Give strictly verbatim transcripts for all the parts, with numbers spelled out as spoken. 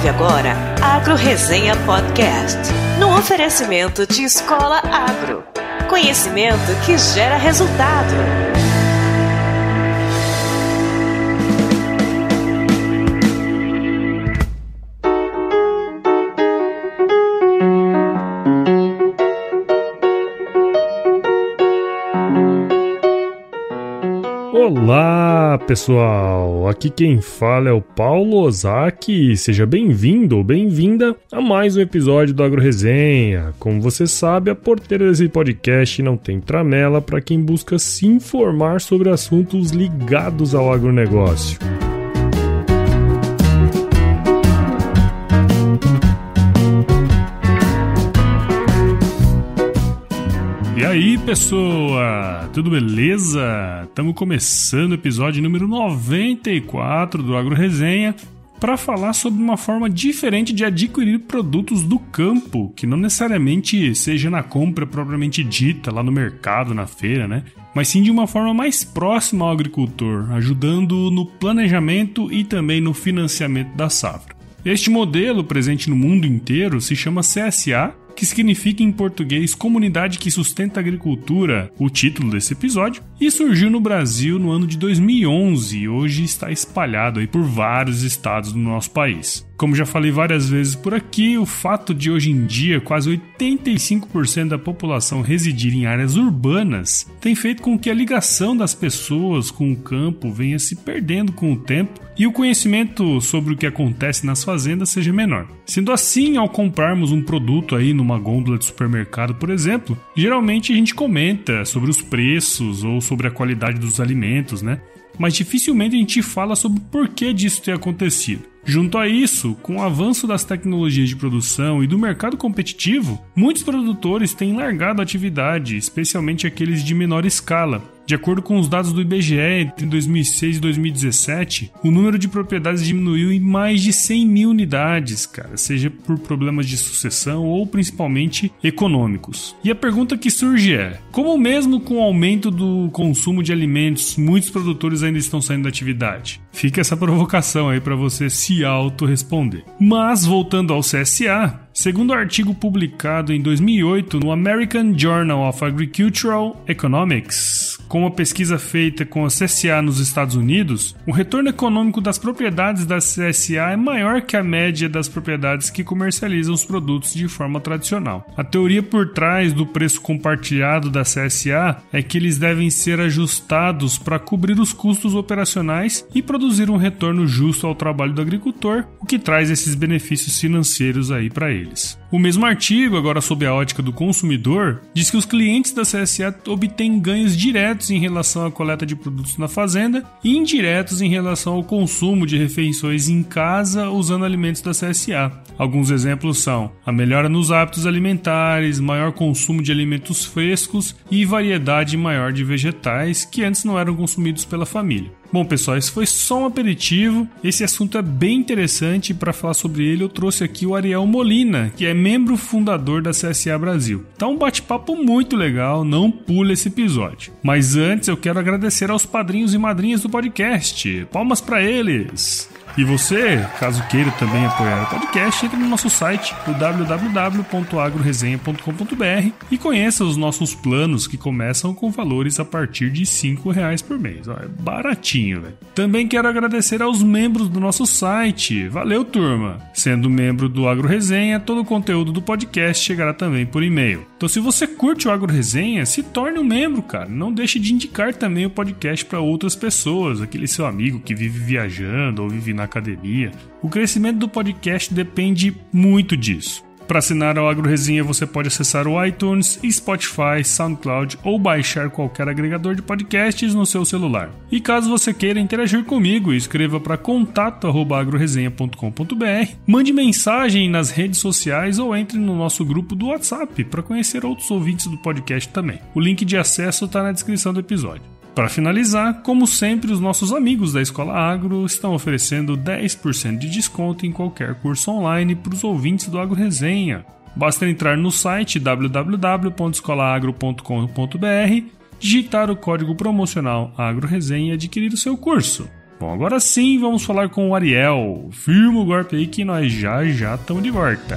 ouve agora Agro Resenha Podcast, no oferecimento de Escola Agro. Conhecimento que gera resultado. Olá pessoal, aqui quem fala é o Paulo Ozaki, seja bem-vindo ou bem-vinda a mais um episódio do Agro Resenha. Como você sabe, a porteira desse podcast não tem tramela para quem busca se informar sobre assuntos ligados ao agronegócio. E aí pessoa, tudo beleza? Estamos começando o episódio número noventa e quatro do Agro Resenha para falar sobre uma forma diferente de adquirir produtos do campo, que não necessariamente seja na compra propriamente dita, lá no mercado, na feira, né? Mas sim de uma forma mais próxima ao agricultor, ajudando no planejamento e também no financiamento da safra. Este modelo, presente no mundo inteiro, se chama C S A, que significa em português Comunidade que Sustenta a Agricultura, o título desse episódio, e surgiu no Brasil no ano de dois mil e onze e hoje está espalhado aí por vários estados do nosso país. Como já falei várias vezes por aqui, o fato de hoje em dia quase oitenta e cinco por cento da população residir em áreas urbanas tem feito com que a ligação das pessoas com o campo venha se perdendo com o tempo e o conhecimento sobre o que acontece nas fazendas seja menor. Sendo assim, ao comprarmos um produto aí numa gôndola de supermercado, por exemplo, geralmente a gente comenta sobre os preços ou sobre a qualidade dos alimentos, né? Mas dificilmente a gente fala sobre o porquê disso ter acontecido. Junto a isso, com o avanço das tecnologias de produção e do mercado competitivo, muitos produtores têm largado a atividade, especialmente aqueles de menor escala. De acordo com os dados do I B G E, entre dois mil e seis e dois mil e dezessete, o número de propriedades diminuiu em mais de cem mil unidades, cara, seja por problemas de sucessão ou principalmente econômicos. E a pergunta que surge é, como mesmo com o aumento do consumo de alimentos, muitos produtores ainda estão saindo da atividade? Fica essa provocação aí para você se auto-responder. Mas, voltando ao C S A, segundo o artigo publicado em dois mil e oito no American Journal of Agricultural Economics, com uma pesquisa feita com a C S A nos Estados Unidos, o retorno econômico das propriedades da C S A é maior que a média das propriedades que comercializam os produtos de forma tradicional. A teoria por trás do preço compartilhado da C S A é que eles devem ser ajustados para cobrir os custos operacionais e produzir um retorno justo ao trabalho do agricultor, o que traz esses benefícios financeiros aí para eles. O mesmo artigo, agora sob a ótica do consumidor, diz que os clientes da C S A obtêm ganhos diretos em relação à coleta de produtos na fazenda e indiretos em relação ao consumo de refeições em casa usando alimentos da C S A. Alguns exemplos são a melhora nos hábitos alimentares, maior consumo de alimentos frescos e variedade maior de vegetais que antes não eram consumidos pela família. Bom, pessoal, esse foi só um aperitivo. Esse assunto é bem interessante e para falar sobre ele eu trouxe aqui o Ariel Molina, que é membro fundador da C S A Brasil. Tá um bate-papo muito legal, não pule esse episódio. Mas antes eu quero agradecer aos padrinhos e madrinhas do podcast. Palmas para eles! E você, caso queira também apoiar o podcast, entre no nosso site, o w w w ponto agro resenha ponto com ponto b r e conheça os nossos planos que começam com valores a partir de cinco reais por mês. Ó, é baratinho, velho. Também quero agradecer aos membros do nosso site. Valeu, turma! Sendo membro do Agro Resenha, todo o conteúdo do podcast chegará também por e-mail. Então, se você curte o Agro Resenha, se torne um membro, cara. Não deixe de indicar também o podcast para outras pessoas, aquele seu amigo que vive viajando ou vive na academia. O crescimento do podcast depende muito disso. Para assinar ao Agro Resenha, você pode acessar o iTunes, Spotify, SoundCloud ou baixar qualquer agregador de podcasts no seu celular. E caso você queira interagir comigo, escreva para contato arroba agro resenha ponto com ponto b r, mande mensagem nas redes sociais ou entre no nosso grupo do WhatsApp para conhecer outros ouvintes do podcast também. O link de acesso está na descrição do episódio. Para finalizar, como sempre, os nossos amigos da Escola Agro estão oferecendo dez por cento de desconto em qualquer curso online para os ouvintes do Agro Resenha. Basta entrar no site w w w ponto escola agro ponto com ponto b r, digitar o código promocional Agro Resenha e adquirir o seu curso. Bom, agora sim vamos falar com o Ariel. Firma o golpe aí que nós já já estamos de volta.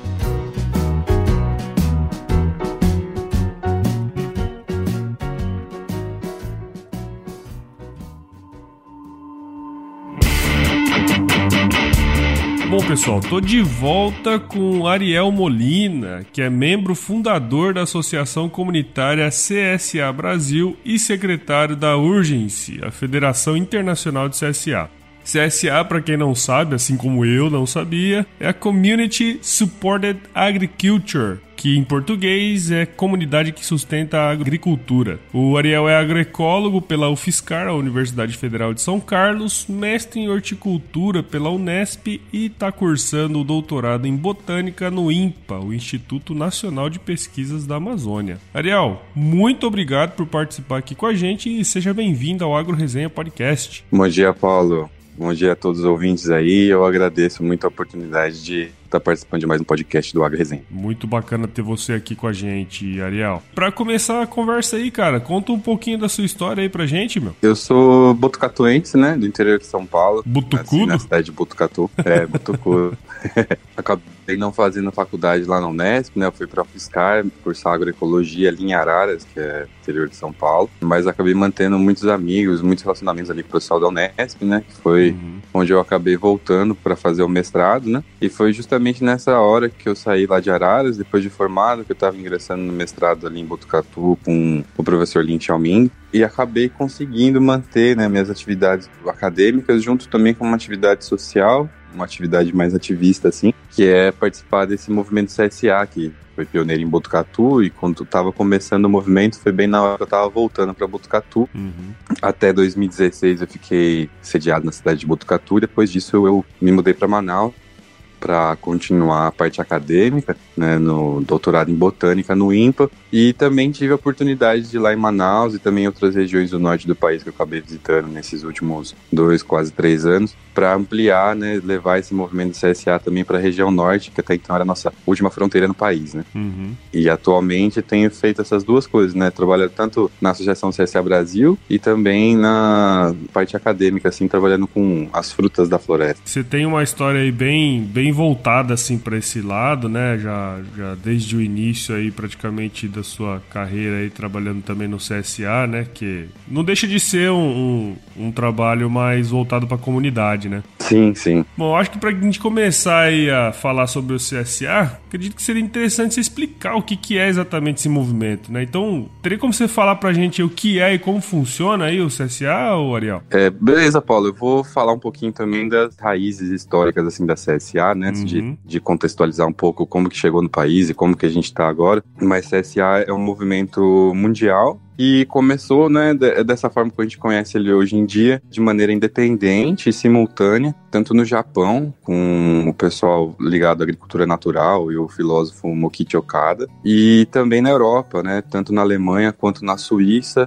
Bom, pessoal, tô de volta com o Ariel Molina, que é membro fundador da Associação Comunitária C S A Brasil e secretário da Urgency, a Federação Internacional de C S A. C S A, para quem não sabe, assim como eu não sabia, é a Community Supported Agriculture, que em português é Comunidade que Sustenta a Agricultura. O Ariel é agroecólogo pela UFSCar, a Universidade Federal de São Carlos, mestre em horticultura pela Unesp e está cursando o doutorado em botânica no INPA, o Instituto Nacional de Pesquisas da Amazônia. Ariel, muito obrigado por participar aqui com a gente e seja bem-vindo ao Agro Resenha Podcast. Bom dia, Paulo. Bom dia a todos os ouvintes aí. Eu agradeço muito a oportunidade de estar participando de mais um podcast do Agro Resenha. Muito bacana ter você aqui com a gente, Ariel. Para começar a conversa aí, cara, conta um pouquinho da sua história aí pra gente, meu. Eu sou botucatuense, né, do interior de São Paulo. Butucudo? Na cidade de Botucatu. É, Butucudo. Acabei não fazendo faculdade lá na Unesp, né, eu fui pra UFSCar, cursar agroecologia ali em Araras, que é interior de São Paulo, mas acabei mantendo muitos amigos, muitos relacionamentos ali com o pessoal da Unesp, né, que foi uhum. onde eu acabei voltando para fazer o mestrado, né, e foi justamente nessa hora que eu saí lá de Araras, depois de formado, que eu estava ingressando no mestrado ali em Botucatu com o professor Lin Xiaoming, e acabei conseguindo manter, né, minhas atividades acadêmicas junto também com uma atividade social, uma atividade mais ativista, assim, que é participar desse movimento C S A, que foi pioneiro em Botucatu, e quando estava começando o movimento, foi bem na hora que eu estava voltando para Botucatu. Uhum. Até dois mil e dezesseis eu fiquei sediado na cidade de Botucatu, e depois disso eu, eu me mudei para Manaus, para continuar a parte acadêmica, né, no doutorado em botânica no INPA, e também tive a oportunidade de ir lá em Manaus e também em outras regiões do norte do país que eu acabei visitando nesses últimos dois, quase três anos, para ampliar, né, levar esse movimento do C S A também para a região norte, que até então era a nossa última fronteira no país, né. Uhum. E atualmente tenho feito essas duas coisas, né, trabalhando tanto na Associação C S A Brasil e também na parte acadêmica, assim, trabalhando com as frutas da floresta. Você tem uma história aí bem, bem voltada assim para esse lado, né? Já, já desde o início aí praticamente da sua carreira aí trabalhando também no C S A, né? Que não deixa de ser um, um, um trabalho mais voltado para a comunidade, né? Sim, sim. Bom, acho que pra gente começar aí a falar sobre o C S A, acredito que seria interessante você explicar o que, que é exatamente esse movimento, né? Então, teria como você falar pra gente o que é e como funciona aí o C S A, ou Ariel? É, beleza, Paulo. Eu vou falar um pouquinho também das raízes históricas assim da C S A, né? Antes uhum. de, de contextualizar um pouco como que chegou no país e como que a gente está agora. Mas C S A é um movimento mundial e começou, né, dessa forma que a gente conhece ele hoje em dia, de maneira independente e simultânea, tanto no Japão, com o pessoal ligado à agricultura natural e o filósofo Mokichi Okada, e também na Europa, né, tanto na Alemanha quanto na Suíça,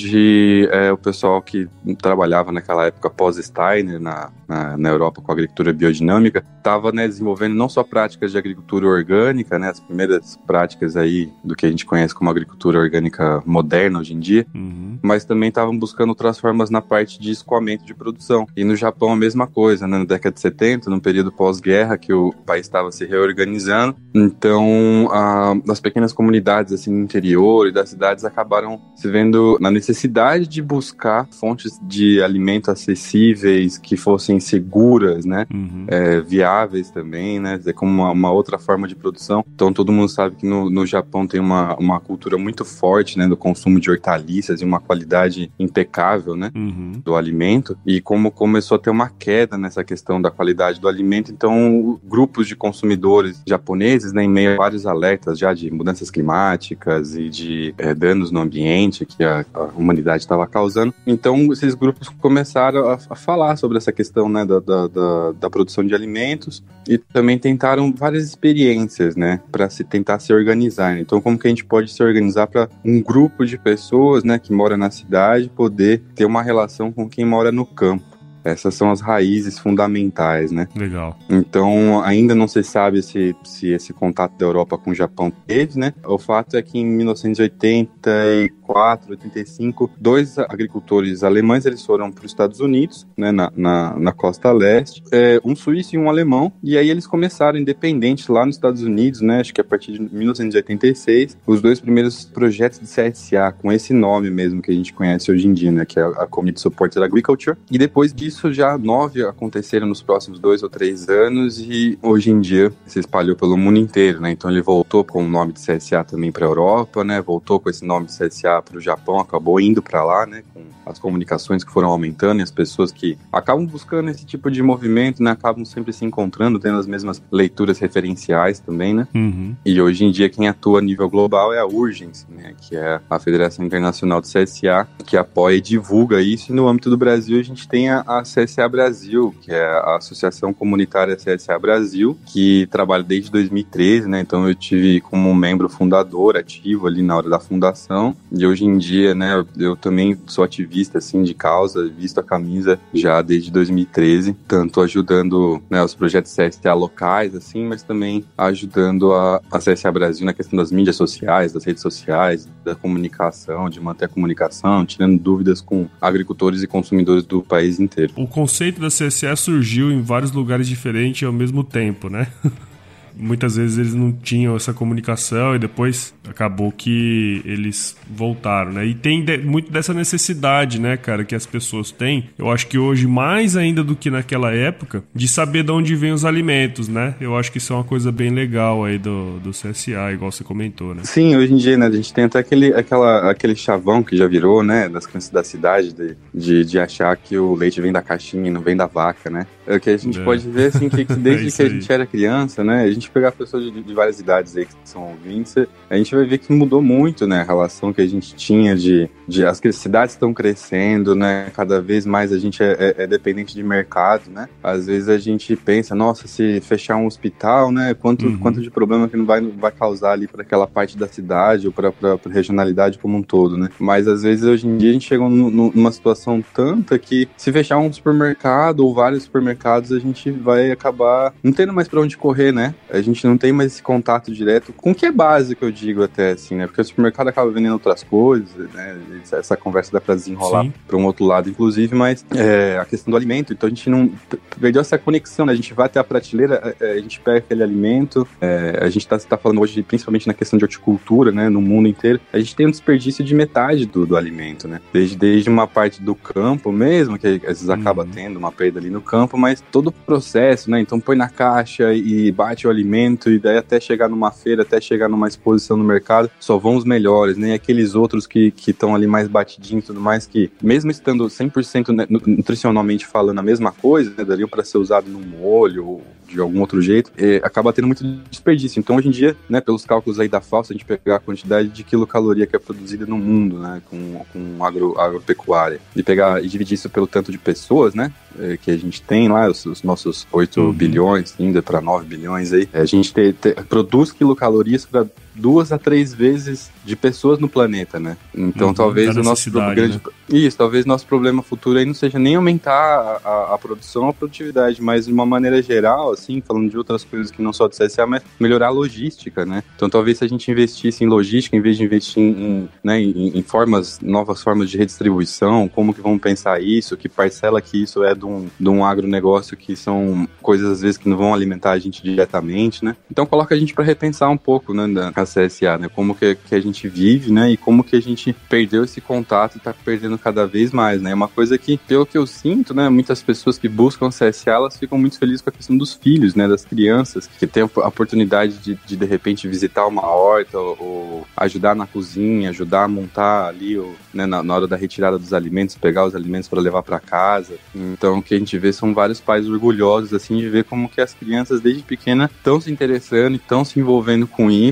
onde é, o pessoal que trabalhava naquela época pós-Steiner, na, na, na Europa com a agricultura biodinâmica, estava, né, desenvolvendo não só práticas de agricultura orgânica, né, as primeiras práticas aí do que a gente conhece como agricultura orgânica moderna, hoje em dia, uhum. mas também estavam buscando outras formas na parte de escoamento de produção. E no Japão a mesma coisa, né? Na década de setenta, no período pós-guerra, que o país estava se reorganizando, então a, as pequenas comunidades assim, no interior e das cidades acabaram se vendo na necessidade de buscar fontes de alimento acessíveis, que fossem seguras, né? Uhum. É, viáveis também, né? Como uma, uma outra forma de produção. Então todo mundo sabe que no, no Japão tem uma, uma cultura muito forte, né, do consumo de hortaliças e uma qualidade impecável, né, uhum. do alimento, e como começou a ter uma queda nessa questão da qualidade do alimento, então grupos de consumidores japoneses, né, em meio a vários alertas já de mudanças climáticas e de é, danos no ambiente que a, a humanidade estava causando, então esses grupos começaram a, a falar sobre essa questão, né, da, da, da, da produção de alimentos, e também tentaram várias experiências, né, para se tentar se organizar. Então como que a gente pode se organizar para um grupo de pessoas, né, que mora na cidade poder ter uma relação com quem mora no campo. Essas são as raízes fundamentais, né? Legal. Então, ainda não se sabe se, se esse contato da Europa com o Japão teve, né? O fato é que em mil novecentos e oitenta e quatro, oitenta e cinco, dois agricultores alemães, eles foram para os Estados Unidos, né, na, na, na costa leste, é, um suíço e um alemão, e aí eles começaram independentes lá nos Estados Unidos, né? Acho que a partir de mil novecentos e oitenta e seis, os dois primeiros projetos de C S A, com esse nome mesmo que a gente conhece hoje em dia, né? Que é a Community Supported Agriculture, e depois disso já nove aconteceram nos próximos dois ou três anos e hoje em dia se espalhou pelo mundo inteiro, né? Então ele voltou com o nome de C S A também para a Europa, né? Voltou com esse nome de C S A para o Japão, acabou indo para lá, né? Com as comunicações que foram aumentando e as pessoas que acabam buscando esse tipo de movimento, né? Acabam sempre se encontrando, tendo as mesmas leituras referenciais também, né? Uhum. E hoje em dia quem atua a nível global é a Urgence, né? Que é a Federação Internacional de C S A, que apoia e divulga isso. E no âmbito do Brasil a gente tem a, a C S A Brasil, que é a Associação Comunitária C S A Brasil, que trabalha desde dois mil e treze, né? Então eu tive como membro fundador, ativo ali na hora da fundação, e hoje em dia, né, eu, eu também sou ativista, assim, de causa, visto a camisa já desde dois mil e treze, tanto ajudando, né, os projetos C S A locais, assim, mas também ajudando a, a C S A Brasil na questão das mídias sociais, das redes sociais, da comunicação, de manter a comunicação, tirando dúvidas com agricultores e consumidores do país inteiro. O conceito da C S A surgiu em vários lugares diferentes ao mesmo tempo, né? Muitas vezes eles não tinham essa comunicação e depois acabou que eles voltaram, né? E tem de, muito dessa necessidade, né, cara, que as pessoas têm. Eu acho que hoje, mais ainda do que naquela época, de saber de onde vêm os alimentos, né? Eu acho que isso é uma coisa bem legal aí do, do C S A, igual você comentou, né? Sim, hoje em dia, né, a gente tem até aquele, aquela, aquele chavão que já virou, né, das crianças da cidade, de, de, de achar que o leite vem da caixinha e não vem da vaca, né? É o que a gente é. pode ver, assim, que, que desde é que a gente era criança, né, a gente pegar pessoas de, de várias idades aí que são ouvintes, a gente vai ver que mudou muito, né, a relação que a gente tinha de, de as cidades estão crescendo, né, cada vez mais a gente é, é, é dependente de mercado, né, às vezes a gente pensa, nossa, se fechar um hospital, né, quanto, uhum. quanto de problema que não vai, vai causar ali para aquela parte da cidade ou para a regionalidade como um todo, né, mas às vezes hoje em dia a gente chega no, numa situação tanta que se fechar um supermercado ou vários supermercados, a gente vai acabar não tendo mais para onde correr, né, a gente não tem mais esse contato direto com o que é básico, eu digo até assim, né? Porque o supermercado acaba vendendo outras coisas, né? Essa conversa dá pra desenrolar para um outro lado, inclusive, mas é, a questão do alimento, então a gente não perdeu essa conexão, né? A gente vai até a prateleira, a, a gente pega aquele alimento, é, a gente tá, tá falando hoje principalmente na questão de horticultura, né? No mundo inteiro, a gente tem um desperdício de metade do, do alimento, né? Desde, desde uma parte do campo mesmo, que às vezes acaba uhum. tendo uma perda ali no campo, mas todo o processo, né? Então põe na caixa e bate o alimento, e daí até chegar numa feira, até chegar numa exposição no mercado, só vão os melhores, né? E aqueles outros que estão ali mais batidinhos e tudo mais, que mesmo estando cem por cento nutricionalmente falando a mesma coisa, né? Dariam para ser usado num molho ou de algum outro jeito, é, acaba tendo muito desperdício. Então hoje em dia, né, pelos cálculos aí da F A O, se a gente pegar a quantidade de quilocaloria que é produzida no mundo, né, com, com agro, agropecuária, e pegar e dividir isso pelo tanto de pessoas, né, é, que a gente tem lá, os, os nossos oito uhum. bilhões, indo para nove bilhões aí, a gente te, te, produz quilocalorias para duas a três vezes de pessoas no planeta, né? Então uhum, talvez o nosso grande... Né? Isso, talvez nosso problema futuro aí não seja nem aumentar a, a, a produção ou a produtividade, mas de uma maneira geral, assim, falando de outras coisas que não só do C S A, mas melhorar a logística, né? Então talvez se a gente investisse em logística, em vez de investir em, em, né, em, em formas, novas formas de redistribuição, como que vamos pensar isso, que parcela que isso é de um, de um agronegócio que são coisas às vezes que não vão alimentar a gente diretamente, né? Então coloca a gente para repensar um pouco, né, da C S A, né? Como que, que a gente vive, né? E como que a gente perdeu esse contato e tá perdendo cada vez mais, né? É uma coisa que, pelo que eu sinto, né? Muitas pessoas que buscam C S A, elas ficam muito felizes com a questão dos filhos, né? Das crianças, que têm a oportunidade de, de, de repente, visitar uma horta ou, ou ajudar na cozinha, ajudar a montar ali, ou, né? na, na hora da retirada dos alimentos, pegar os alimentos para levar para casa. Então, o que a gente vê são vários pais orgulhosos, assim, de ver como que as crianças, desde pequena, estão se interessando e estão se envolvendo com isso.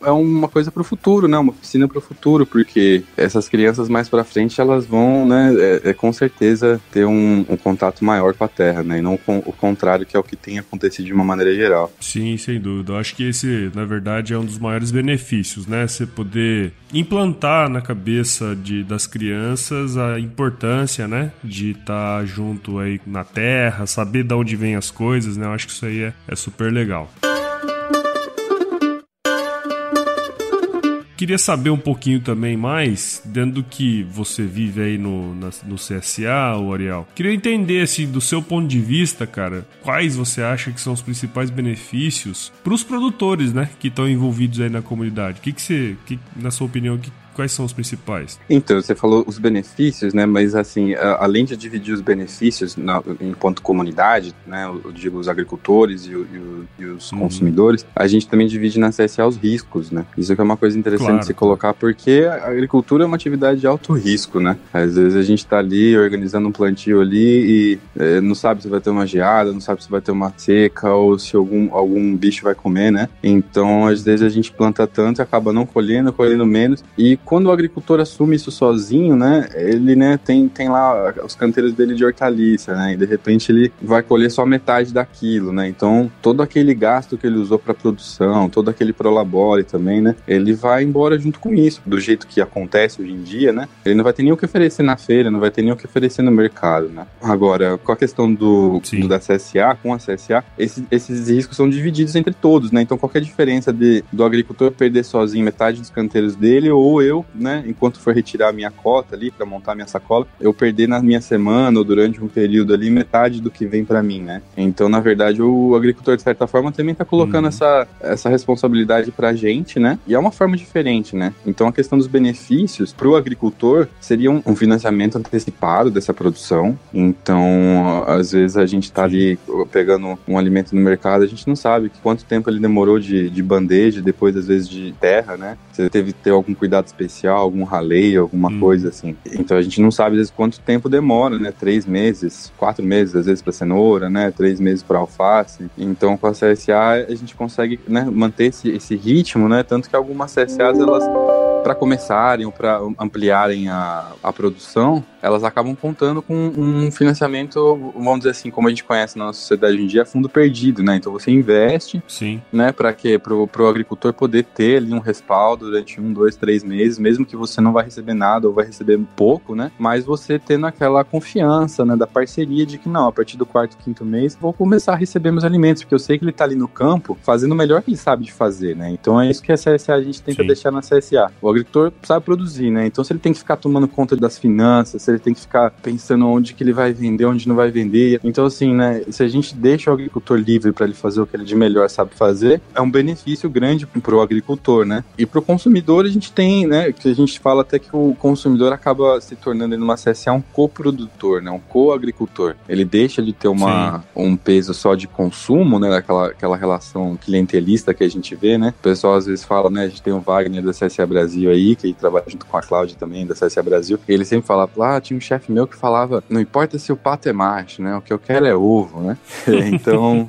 é uma coisa pro futuro, né? Uma oficina pro futuro, porque essas crianças mais pra frente, elas vão, né, é, é, com certeza ter um, um contato maior com a terra, né? E não com, o contrário, que é o que tem acontecido de uma maneira geral. Sim, sem dúvida. Eu acho que esse, na verdade, é um dos maiores benefícios, né? Você poder implantar na cabeça de, das crianças a importância, né, de estar junto aí na terra, saber de onde vêm as coisas, né? Eu acho que isso aí é, é super legal. Queria saber um pouquinho também mais, dentro do que você vive aí no, na, no C S A, o Ariel. Queria entender, assim, do seu ponto de vista, cara, quais você acha que são os principais benefícios para os produtores, né, que estão envolvidos aí na comunidade. O que, que você, que, na sua opinião, que quais são os principais? Então, você falou os benefícios, né? Mas, assim, a, além de dividir os benefícios na, enquanto comunidade, né? Eu digo os agricultores e, o, e, o, e os uhum. consumidores, a gente também divide na C S A os riscos, né? Isso que é uma coisa interessante claro. de se colocar, porque a agricultura é uma atividade de alto risco, né? Às vezes a gente tá ali organizando um plantio ali e é, não sabe se vai ter uma geada, não sabe se vai ter uma seca ou se algum, algum bicho vai comer, né? Então, às vezes a gente planta tanto e acaba não colhendo, colhendo menos, e quando o agricultor assume isso sozinho, né, ele, né, tem, tem lá os canteiros dele de hortaliça, né, e de repente ele vai colher só metade daquilo, né, então todo aquele gasto que ele usou para produção, todo aquele prolabore também, né, ele vai embora junto com isso, do jeito que acontece hoje em dia, né, ele não vai ter nem o que oferecer na feira, não vai ter nem o que oferecer no mercado, né. Agora, com a questão do, do da C S A, com a C S A, esses, esses riscos são divididos entre todos, né, então qualquer diferença de, do agricultor perder sozinho metade dos canteiros dele, ou eu Eu, né, enquanto for retirar a minha cota ali para montar a minha sacola, eu perder na minha semana ou durante um período ali metade do que vem para mim, né? Então, na verdade, o agricultor, de certa forma, também tá colocando uhum. essa, essa responsabilidade pra gente, né? E é uma forma diferente, né? Então, a questão dos benefícios pro agricultor seria um, um financiamento antecipado dessa produção. Então, às vezes a gente tá ali pegando um alimento no mercado, a gente não sabe quanto tempo ele demorou de, de bandeja, depois, às vezes, de terra, né? Você teve que ter algum cuidado especial, algum raleio, alguma hum. coisa assim. Então a gente não sabe às vezes quanto tempo demora, né? Três meses, quatro meses às vezes para cenoura, né? Três meses para alface. Então com a C S A a gente consegue, né, manter esse, esse ritmo, né? Tanto que algumas C S As elas, para começarem ou para ampliarem a, a produção, elas acabam contando com um financiamento, vamos dizer assim, como a gente conhece na nossa sociedade hoje em dia, fundo perdido, né? Então você investe, Sim. né? Para quê? Pro, pro agricultor poder ter ali um respaldo durante um, dois, três meses, mesmo que você não vai receber nada ou vai receber pouco, né? Mas você tendo aquela confiança, né? Da parceria de que não, a partir do quarto, quinto mês, vou começar a receber meus alimentos, porque eu sei que ele tá ali no campo fazendo o melhor que ele sabe de fazer, né? Então é isso que a C S A a gente tenta Sim. deixar na C S A. O agricultor sabe produzir, né? Então se ele tem que ficar tomando conta das finanças, se ele tem que ficar pensando onde que ele vai vender, onde não vai vender. Então assim, né? Se a gente deixa o agricultor livre para ele fazer o que ele de melhor sabe fazer, é um benefício grande pro agricultor, né? E pro consumidor a gente tem, né? Que a gente fala até que o consumidor acaba se tornando numa C S A um coprodutor, né? Um co-agricultor. Ele deixa de ter uma, um peso só de consumo, né? Aquela, aquela relação clientelista que a gente vê, né? O pessoal às vezes fala, né? A gente tem o Wagner da C S A Brasil aí, que trabalha junto com a Cláudia também, da C S A Brasil. E ele sempre fala, ah, tinha um chefe meu que falava, não importa se o pato é macho, né? O que eu quero é ovo, né? Então,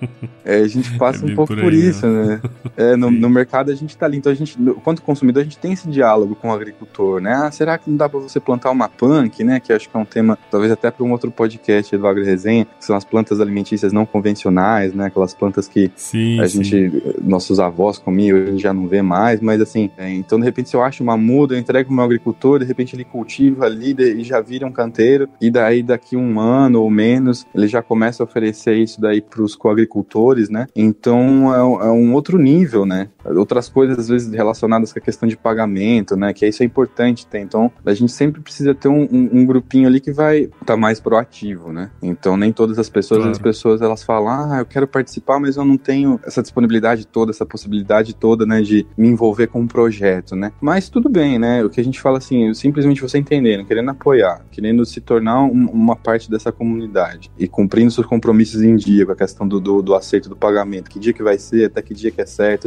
é, a gente passa é um pouco por, aí, por isso, né? né? É, no, no mercado a gente tá ali. Então, a gente, quanto consumidor, a gente tem esse diálogo com o agricultor, né? Ah, será que não dá pra você plantar uma punk, né? Que acho que é um tema, talvez até para um outro podcast do Agro Resenha, que são as plantas alimentícias não convencionais, né? Aquelas plantas que sim, a sim. gente, nossos avós comiam, a gente já não vê mais, mas assim, é, então de repente se eu acho uma muda, eu entrego pro meu agricultor, de repente ele cultiva ali e já vira um canteiro, e daí daqui um ano ou menos, ele já começa a oferecer isso daí pros coagricultores, né? Então é um, é um outro nível, né? Outras coisas às vezes relacionadas com a questão de pagamento, né? Que isso é importante ter. Então a gente sempre precisa ter um, um, um grupinho ali que vai estar tá mais proativo, né? Então nem todas as pessoas, claro. as pessoas elas falam, ah, eu quero participar, mas eu não tenho essa disponibilidade toda, essa possibilidade toda, né? De me envolver com um projeto, né? Mas tudo bem, né? O que a gente fala assim, simplesmente você entendendo, querendo apoiar, querendo se tornar um, uma parte dessa comunidade e cumprindo seus compromissos em dia com a questão do, do, do aceito do pagamento, que dia que vai ser, até que dia que é certo, direto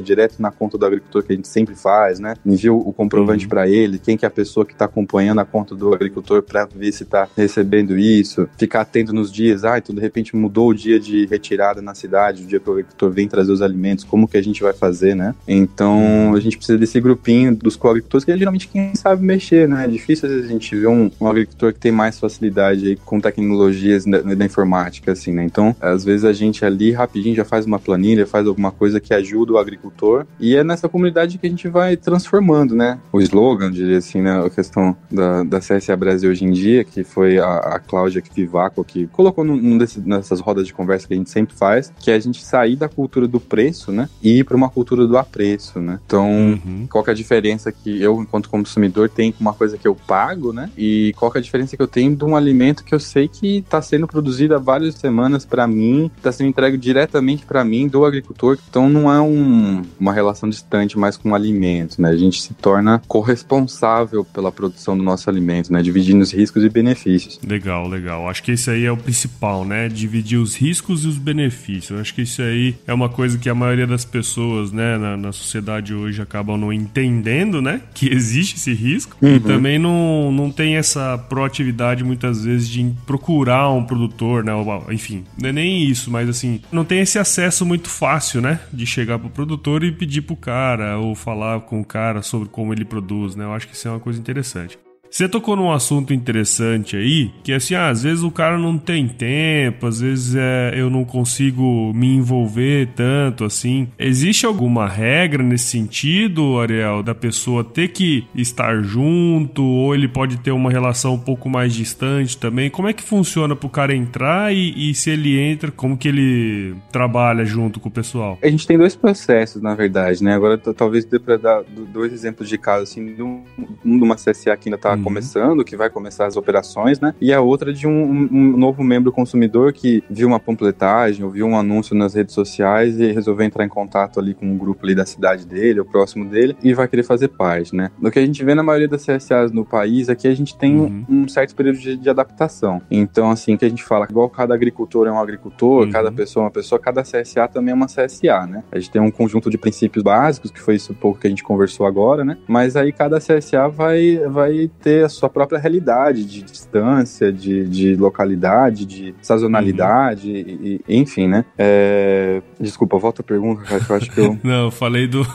na conta do agricultor, que a gente sempre faz, né? Envia o comprovante uhum. para ele, quem que é a pessoa que está acompanhando a conta do agricultor para ver se está recebendo isso, ficar atento nos dias, ah, então de repente mudou o dia de retirada na cidade, o dia que o agricultor vem trazer os alimentos, como que a gente vai fazer, né? Então a gente precisa desse grupinho dos coagricultores, que é geralmente quem sabe mexer, né? É difícil às vezes a gente ver um, um agricultor que tem mais facilidade aí com tecnologias da, da informática, assim, né? Então, às vezes a gente ali rapidinho já faz uma planilha, faz alguma coisa que ajuda o agricultor, e é nessa comunidade que a gente vai transformando, né? O slogan, diria assim, né? A questão da, da C S A Brasil hoje em dia, que foi a, a Cláudia Vivaco que colocou num, num desse, nessas rodas de conversa que a gente sempre faz, que é a gente sair da cultura do preço, né? E ir para uma cultura do apreço, né? Então, uhum. qual que é a diferença que eu, enquanto consumidor, tenho com uma coisa que eu pago, né? E qual que é a diferença que eu tenho de um alimento que eu sei que está sendo produzido há várias semanas para mim, está sendo entregue diretamente para mim do agricultor. Então, não é um, uma relação distante mais com o alimento, né? A gente se torna corresponsável pela produção do nosso alimento, né? Dividindo os riscos e benefícios. Legal, legal. Acho que isso aí é o principal, né? Dividir os riscos e os benefícios. Acho que isso aí é uma coisa que a maioria das pessoas, né, na, na sociedade hoje acabam não entendendo, né? Que existe esse risco. Uhum. E também não, não tem essa proatividade, muitas vezes, de procurar um produtor, né? Enfim, não é nem isso, mas assim, não tem esse acesso muito fácil, né? De chegar pro produtor e pedir pro cara, ou falar com o cara sobre como ele produz, né? Eu acho que isso é uma coisa interessante. Você tocou num assunto interessante aí, que é assim, ah, às vezes o cara não tem tempo, às vezes é, eu não consigo me envolver tanto assim. Existe alguma regra nesse sentido, Ariel, da pessoa ter que estar junto, ou ele pode ter uma relação um pouco mais distante também? Como é que funciona pro cara entrar e, e se ele entra, como que ele trabalha junto com o pessoal? A gente tem dois processos, na verdade, né? Agora talvez dê pra dar dois exemplos de caso, assim, um, um de uma C S A que ainda tá uhum. começando, que vai começar as operações, né? E a outra de um, um novo membro consumidor que viu uma panfletagem ou viu um anúncio nas redes sociais e resolveu entrar em contato ali com um grupo ali da cidade dele, ou próximo dele, e vai querer fazer parte, né? O que a gente vê na maioria das C S As no país é que a gente tem uhum. um, um certo período de, de adaptação. Então, assim, que a gente fala, igual cada agricultor é um agricultor, uhum. cada pessoa é uma pessoa, cada C S A também é uma C S A, né? A gente tem um conjunto de princípios básicos, que foi isso pouco que a gente conversou agora, né? Mas aí cada C S A vai, vai ter a sua própria realidade de distância, de, de localidade, de sazonalidade, uhum. e, e, enfim, né? É... Desculpa, volta a pergunta, cara, que eu acho que eu... Não, eu falei do...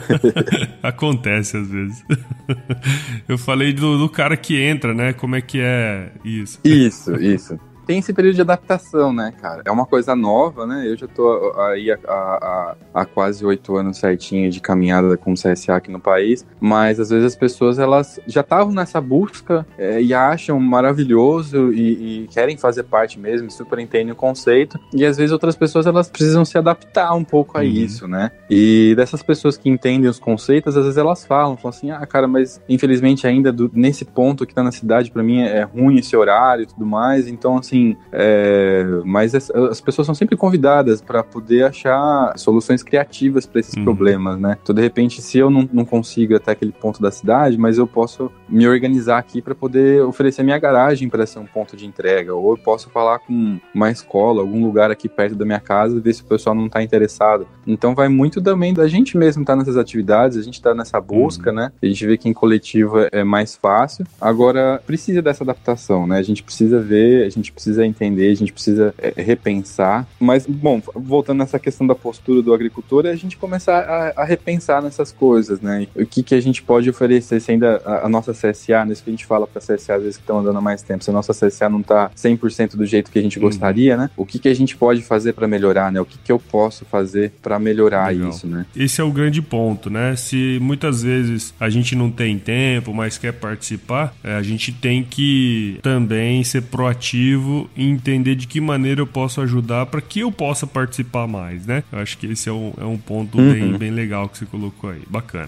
Acontece às vezes. Eu falei do, do cara que entra, né? Como é que é isso? Isso, isso. Tem esse período de adaptação, né, cara? É uma coisa nova, né? Eu já tô aí há, há, há quase oito anos certinho de caminhada com o C S A aqui no país, mas às vezes as pessoas, elas já estavam nessa busca é, e acham maravilhoso e, e querem fazer parte mesmo, super entendem o conceito, e às vezes outras pessoas, elas precisam se adaptar um pouco a uhum. isso, né? E dessas pessoas que entendem os conceitos, às vezes elas falam, falam assim, ah, cara, mas infelizmente ainda do, nesse ponto que tá na cidade, pra mim é, é ruim esse horário e tudo mais, então assim, É, mas as, as pessoas são sempre convidadas para poder achar soluções criativas para esses uhum. problemas, né? Então, de repente, se eu não, não consigo ir até aquele ponto da cidade, mas eu posso me organizar aqui para poder oferecer minha garagem para ser um ponto de entrega, ou eu posso falar com uma escola, algum lugar aqui perto da minha casa, ver se o pessoal não está interessado. Então, vai muito também da gente mesmo estar tá nessas atividades, a gente está nessa busca, uhum. né? A gente vê que em coletivo é mais fácil. Agora, precisa dessa adaptação, né? A gente precisa ver, a gente precisa entender, a gente precisa é, repensar. Mas, bom, voltando nessa questão da postura do agricultor, é a gente começar a, a repensar nessas coisas, né? O que, que a gente pode oferecer, se ainda a, a nossa C S A, nisso que a gente fala para C S A às vezes que estão andando há mais tempo, se a nossa C S A não está cem por cento do jeito que a gente uhum. gostaria, né? O que, que a gente pode fazer para melhorar, né? O que, que eu posso fazer para melhorar Legal. Isso, né? Esse é o grande ponto, né? Se muitas vezes a gente não tem tempo, mas quer participar, é, a gente tem que também ser proativo e entender de que maneira eu posso ajudar para que eu possa participar mais, né? Eu acho que esse é um, é um ponto uhum. bem, bem legal que você colocou aí. Bacana.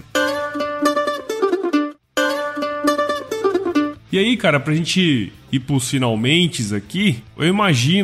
E aí, cara, pra gente ir pros finalmentes aqui, eu imagino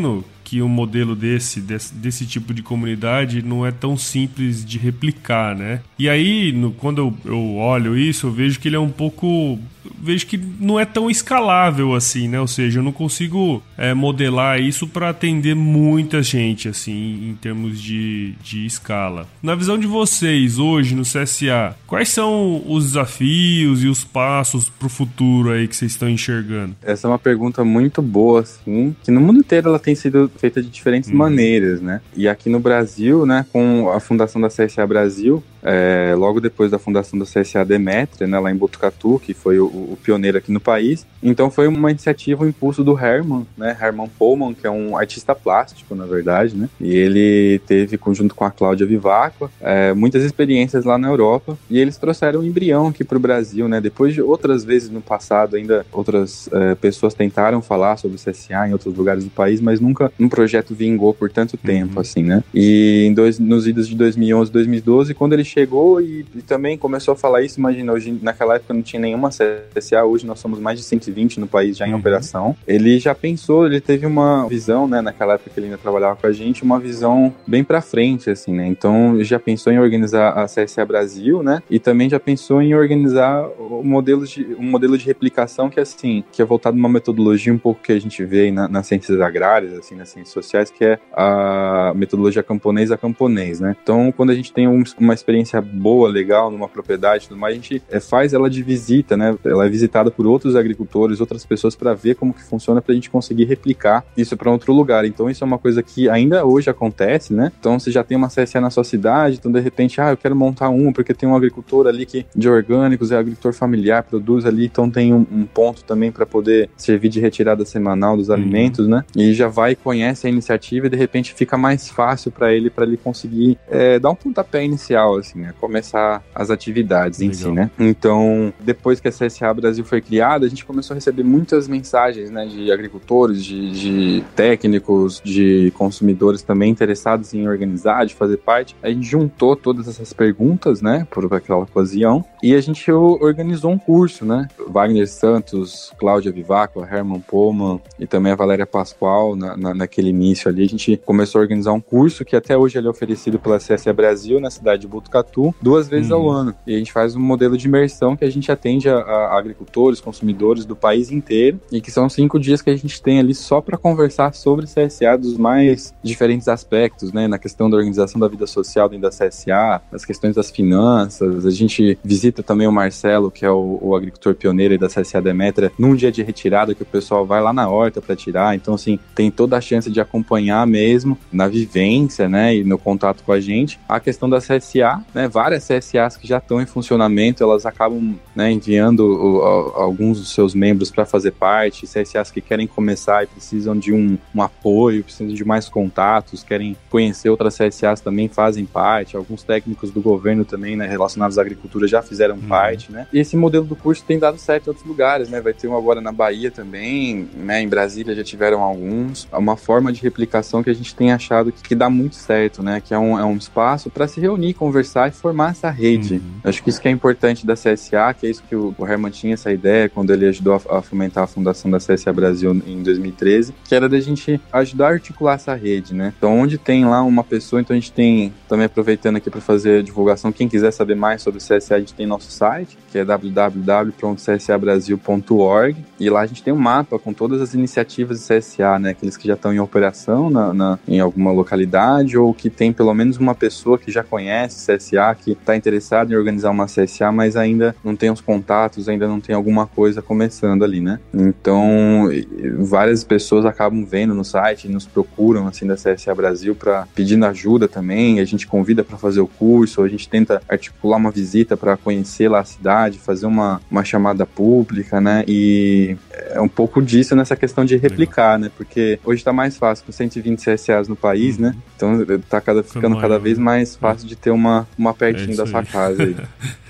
que um modelo desse, desse, desse tipo de comunidade não é tão simples de replicar, né? E aí, no, quando eu, eu olho isso, eu vejo que ele é um pouco... vejo que não é tão escalável assim, né? Ou seja, eu não consigo é, modelar isso para atender muita gente, assim, em termos de, de escala. Na visão de vocês, hoje, no C S A, quais são os desafios e os passos para o futuro aí que vocês estão enxergando? Essa é uma pergunta muito boa, assim, que no mundo inteiro ela tem sido feita de diferentes hum. maneiras, né? E aqui no Brasil, né, com a fundação da C S A Brasil, é, logo depois da fundação da C S A Demétria, né, lá em Botucatu, que foi o, o pioneiro aqui no país, então foi uma iniciativa, um impulso do Herman, né, Herman Pohlmann, que é um artista plástico, na verdade, né, e ele teve, junto com a Cláudia Vivacqua, é, muitas experiências lá na Europa, e eles trouxeram um embrião aqui para o Brasil, né, depois de outras vezes no passado, ainda outras é, pessoas tentaram falar sobre o C S A em outros lugares do país, mas nunca um projeto vingou por tanto tempo, uhum. assim, né, e em dois, nos idos de dois mil e onze, dois mil e doze, quando ele chegou e, e também começou a falar isso, imagina, hoje, naquela época não tinha nenhuma C S A, hoje nós somos mais de cento e vinte no país já em uhum. operação. Ele já pensou, ele teve uma visão, né, naquela época que ele ainda trabalhava com a gente, uma visão bem pra frente, assim, né, então já pensou em organizar a C S A Brasil, né, e também já pensou em organizar o modelo de, um modelo de replicação que, assim, que é voltado a uma metodologia um pouco que a gente vê aí na, nas ciências agrárias, assim, nas ciências sociais, que é a metodologia camponês a camponês, né, então quando a gente tem um, uma experiência boa, legal, numa propriedade e tudo mais, a gente é, faz ela de visita, né? Ela é visitada por outros agricultores, outras pessoas para ver como que funciona, pra gente conseguir replicar isso para outro lugar. Então isso é uma coisa que ainda hoje acontece, né? Então você já tem uma C S A na sua cidade, então de repente, ah, eu quero montar uma porque tem um agricultor ali que de orgânicos, é agricultor familiar, produz ali, então tem um, um ponto também para poder servir de retirada semanal dos uhum. alimentos, né? E já vai e conhece a iniciativa e de repente fica mais fácil para ele, para ele conseguir é, dar um pontapé inicial, assim, né? Começar as atividades Legal. Em si, né? Então, depois que a C S A Brasil foi criada, a gente começou a receber muitas mensagens, né, de agricultores, de, de técnicos, de consumidores também interessados em organizar, de fazer parte. A gente juntou todas essas perguntas, né, por aquela ocasião, e a gente organizou um curso, né? Wagner Santos, Cláudia Vivacqua, Herman Pohlmann e também a Valéria Pascoal, na, na, naquele início ali, a gente começou a organizar um curso que até hoje ele é oferecido pela C S A Brasil, na cidade de Botucatu, duas vezes uhum. ao ano. E a gente faz um modelo de imersão que a gente atende a, a agricultores, consumidores do país inteiro, e que são cinco dias que a gente tem ali só para conversar sobre C S A dos mais diferentes aspectos, né? Na questão da organização da vida social dentro da C S A, as questões das finanças. A gente visita também o Marcelo, que é o, o agricultor pioneiro da C S A Demétria, num dia de retirada que o pessoal vai lá na horta para tirar. Então, assim, tem toda a chance de acompanhar mesmo na vivência, né? E no contato com a gente. A questão da C S A, né? Várias C S As que já estão em funcionamento, elas acabam, né, enviando o, o, alguns dos seus membros para fazer parte, C S As que querem começar e precisam de um, um apoio, precisam de mais contatos, querem conhecer outras C S As também fazem parte, alguns técnicos do governo também, né, relacionados à agricultura já fizeram uhum. parte, né, e esse modelo do curso tem dado certo em outros lugares, né, vai ter um agora na Bahia também, né, em Brasília já tiveram alguns, é uma forma de replicação que a gente tem achado que, que dá muito certo, né, que é um, é um espaço para se reunir, conversar e formar essa rede. Uhum. Acho que isso que é importante da C S A, que é isso que o, o Herman tinha essa ideia quando ele ajudou a, a fomentar a fundação da C S A Brasil em dois mil e treze, que era da gente ajudar a articular essa rede, né? Então, onde tem lá uma pessoa, então a gente tem, também aproveitando aqui para fazer a divulgação, quem quiser saber mais sobre o C S A, a gente tem nosso site, que é w w w ponto c s a brasil ponto org, e lá a gente tem um mapa com todas as iniciativas de C S A, né? Aqueles que já estão em operação na, na, em alguma localidade, ou que tem pelo menos uma pessoa que já conhece C S A, que está interessada em organizar uma C S A, mas ainda não tem os contatos, ainda não tem alguma coisa começando ali, né? Então, várias pessoas acabam vendo no site, nos procuram, assim, da C S A Brasil para pedindo ajuda também, a gente convida para fazer o curso, a gente tenta articular uma visita para conhecer lá a cidade, fazer uma, uma chamada pública, né? E é um pouco disso nessa questão de replicar, né? Porque hoje tá mais fácil, com cento e vinte C S As no país, uhum. né? Então tá cada, ficando cada vez mais fácil de ter uma, uma pertinho é da sua casa aí.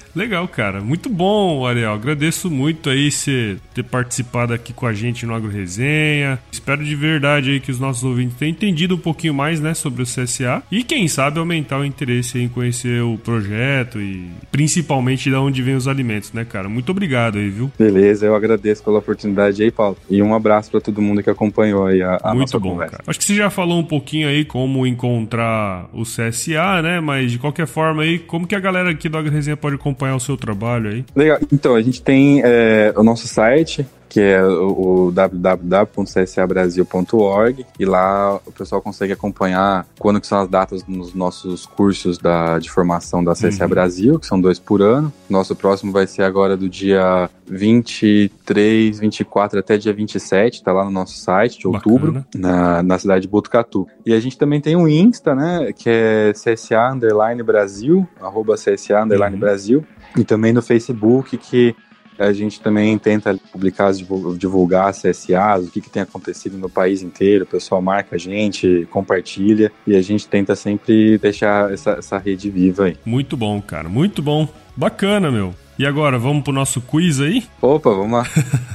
Legal, cara. Muito bom, Ariel. Agradeço muito aí você ter participado aqui com a gente no Agro Resenha. Espero de verdade aí que os nossos ouvintes tenham entendido um pouquinho mais, né, sobre o C S A e quem sabe aumentar o interesse em conhecer o projeto e principalmente de onde vem os alimentos, né, cara? Muito obrigado aí, viu? Beleza, eu agradeço pela oportunidade aí, Paulo. E um abraço pra todo mundo que acompanhou aí a, a muito nossa bom, conversa. Cara. Acho que você já falou um pouquinho aí como encontrar o C S A, né? Mas de qualquer forma aí, como que a galera aqui do Agro Resenha pode acompanhar o seu trabalho aí? Legal. Então, a gente tem é, o nosso site, que é o w w w ponto c s a brasil ponto org, e lá o pessoal consegue acompanhar quando que são as datas nos nossos cursos da, de formação da C S A uhum. Brasil, que são dois por ano. Nosso próximo vai ser agora do dia vinte e três, vinte e quatro até dia vinte e sete, tá lá no nosso site de outubro, na, na cidade de Botucatu. E a gente também tem um Insta, né, que é C S A underline Brasil, arroba C S A underline uhum. Brasil, e também no Facebook, que a gente também tenta publicar, divulgar C S As, o que, que tem acontecido no país inteiro, o pessoal marca a gente, compartilha, e a gente tenta sempre deixar essa, essa rede viva aí. Muito bom, cara, muito bom. Bacana, meu. E agora, vamos pro nosso quiz aí? Opa, vamos lá.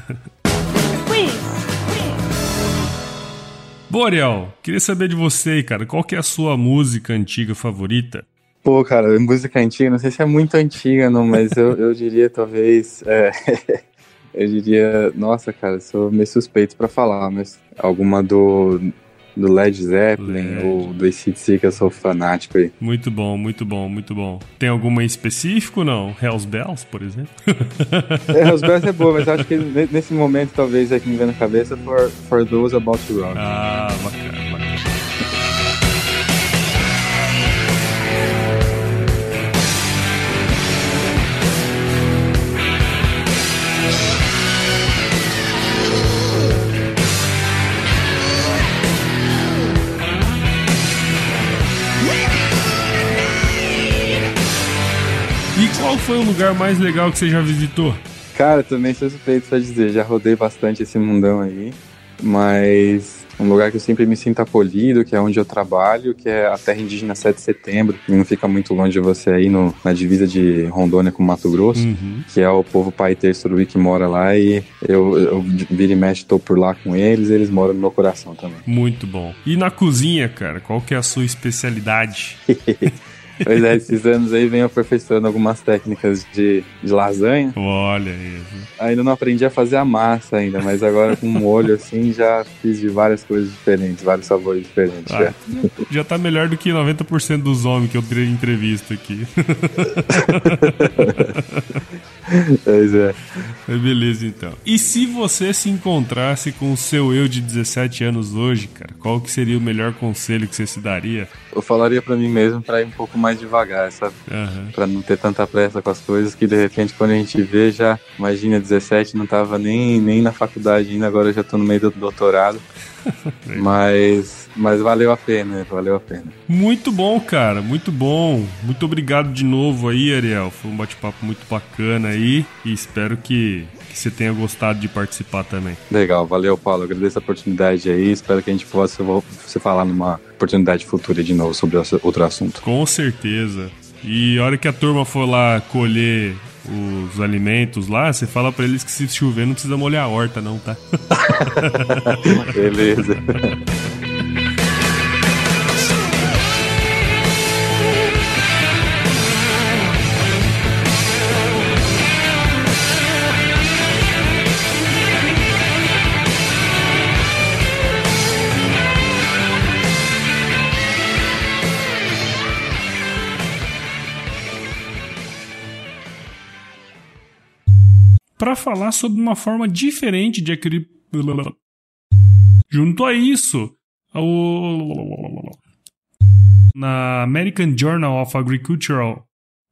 Bom, Ariel, queria saber de você aí, cara, qual que é a sua música antiga favorita? Pô, cara, música antiga, não sei se é muito antiga, não, mas eu, eu diria, talvez, é, eu diria, nossa, cara, sou meio suspeito pra falar, mas alguma do, do Led Zeppelin Led. ou do A C D C, que eu sou fanático aí. Muito bom, muito bom, muito bom. Tem alguma em específico, não? Hells Bells, por exemplo? É, Hells Bells é boa, mas eu acho que nesse momento, talvez, é que me vem na cabeça, For, for Those About to Rock. Ah, bacana, bacana. E qual foi o lugar mais legal que você já visitou? Cara, também sou suspeito só dizer, já rodei bastante esse mundão aí, mas um lugar que eu sempre me sinto acolhido, que é onde eu trabalho, que é a terra indígena sete de setembro, que não fica muito longe de você aí no, na divisa de Rondônia com Mato Grosso, uhum. que é o povo Paetê Suruí que mora lá, e eu, eu vira e mexe, tô por lá com eles, eles moram no meu coração também. Muito bom. E na cozinha, cara, qual que é a sua especialidade? Pois é, esses anos aí venho aperfeiçoando algumas técnicas de, de lasanha. Olha isso. Ainda não aprendi a fazer a massa ainda, mas agora com molho assim já fiz de várias coisas diferentes, vários sabores diferentes. Ah, já. já tá melhor do que noventa por cento dos homens que eu entrevisto aqui. Pois é. Beleza, então. E se você se encontrasse com o seu eu de dezessete anos hoje, cara, qual que seria o melhor conselho que você se daria? Eu falaria pra mim mesmo pra ir um pouco mais devagar, sabe? Uhum. Pra não ter tanta pressa com as coisas, que de repente quando a gente vê já, imagina, dezessete, não tava nem, nem na faculdade ainda, agora eu já tô no meio do doutorado. mas, mas valeu a pena, valeu a pena. Muito bom, cara, muito bom. Muito obrigado de novo aí, Ariel. Foi um bate-papo muito bacana aí e espero que, que você tenha gostado de participar também. Legal, valeu, Paulo. Agradeço a oportunidade aí, espero que a gente possa você falar numa oportunidade futura de novo sobre outro assunto. Com certeza. E a hora que a turma for lá colher os alimentos lá, você fala pra eles que se chover não precisa molhar a horta não, tá? Beleza. Para falar sobre uma forma diferente de adquirir. Junto a isso, ao... na American Journal of Agricultural,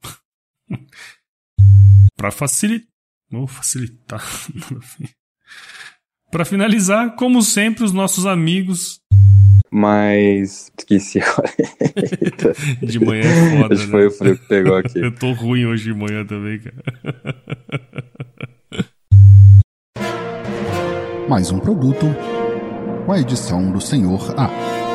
para facilitar, vou facilitar, para finalizar, como sempre, os nossos amigos. Mas esqueci. De manhã é foda, Acho que né? foi o frio que pegou aqui. Eu tô ruim hoje de manhã também, cara. Mais um produto com a edição do senhor A.